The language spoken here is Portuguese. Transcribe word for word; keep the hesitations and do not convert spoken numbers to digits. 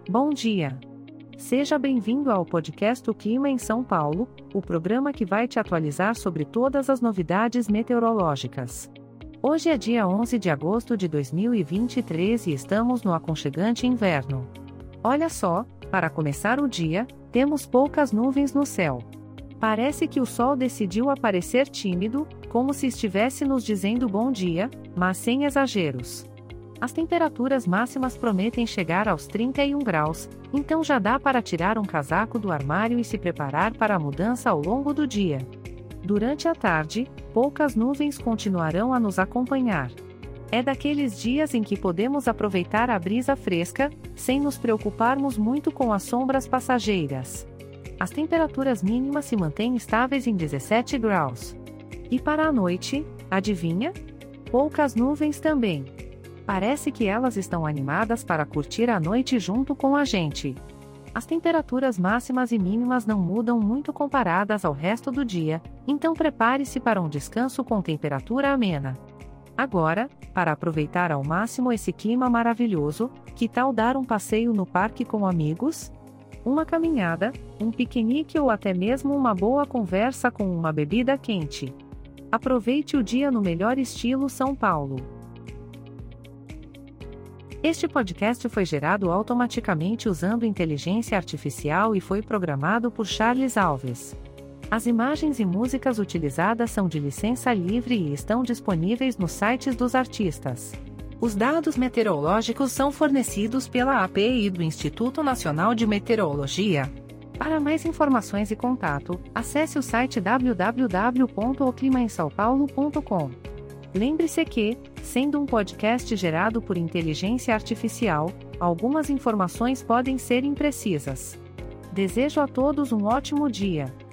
Bom dia! Seja bem-vindo ao podcast O Clima em São Paulo, o programa que vai te atualizar sobre todas as novidades meteorológicas. Hoje é dia onze de agosto de dois mil e vinte e três e estamos no aconchegante inverno. Olha só, para começar o dia, temos poucas nuvens no céu. Parece que o sol decidiu aparecer tímido, como se estivesse nos dizendo bom dia, mas sem exageros. As temperaturas máximas prometem chegar aos trinta e um graus, então já dá para tirar um casaco do armário e se preparar para a mudança ao longo do dia. Durante a tarde, poucas nuvens continuarão a nos acompanhar. É daqueles dias em que podemos aproveitar a brisa fresca, sem nos preocuparmos muito com as sombras passageiras. As temperaturas mínimas se mantêm estáveis em dezessete graus. E para a noite, adivinha? Poucas nuvens também. Parece que elas estão animadas para curtir a noite junto com a gente. As temperaturas máximas e mínimas não mudam muito comparadas ao resto do dia, então prepare-se para um descanso com temperatura amena. Agora, para aproveitar ao máximo esse clima maravilhoso, que tal dar um passeio no parque com amigos? Uma caminhada, um piquenique ou até mesmo uma boa conversa com uma bebida quente. Aproveite o dia no melhor estilo São Paulo. Este podcast foi gerado automaticamente usando inteligência artificial e foi programado por Charles Alves. As imagens e músicas utilizadas são de licença livre e estão disponíveis nos sites dos artistas. Os dados meteorológicos são fornecidos pela A P I do Instituto Nacional de Meteorologia. Para mais informações e contato, acesse o site w w w ponto o clima em são paulo ponto com. Lembre-se que, sendo um podcast gerado por inteligência artificial, algumas informações podem ser imprecisas. Desejo a todos um ótimo dia.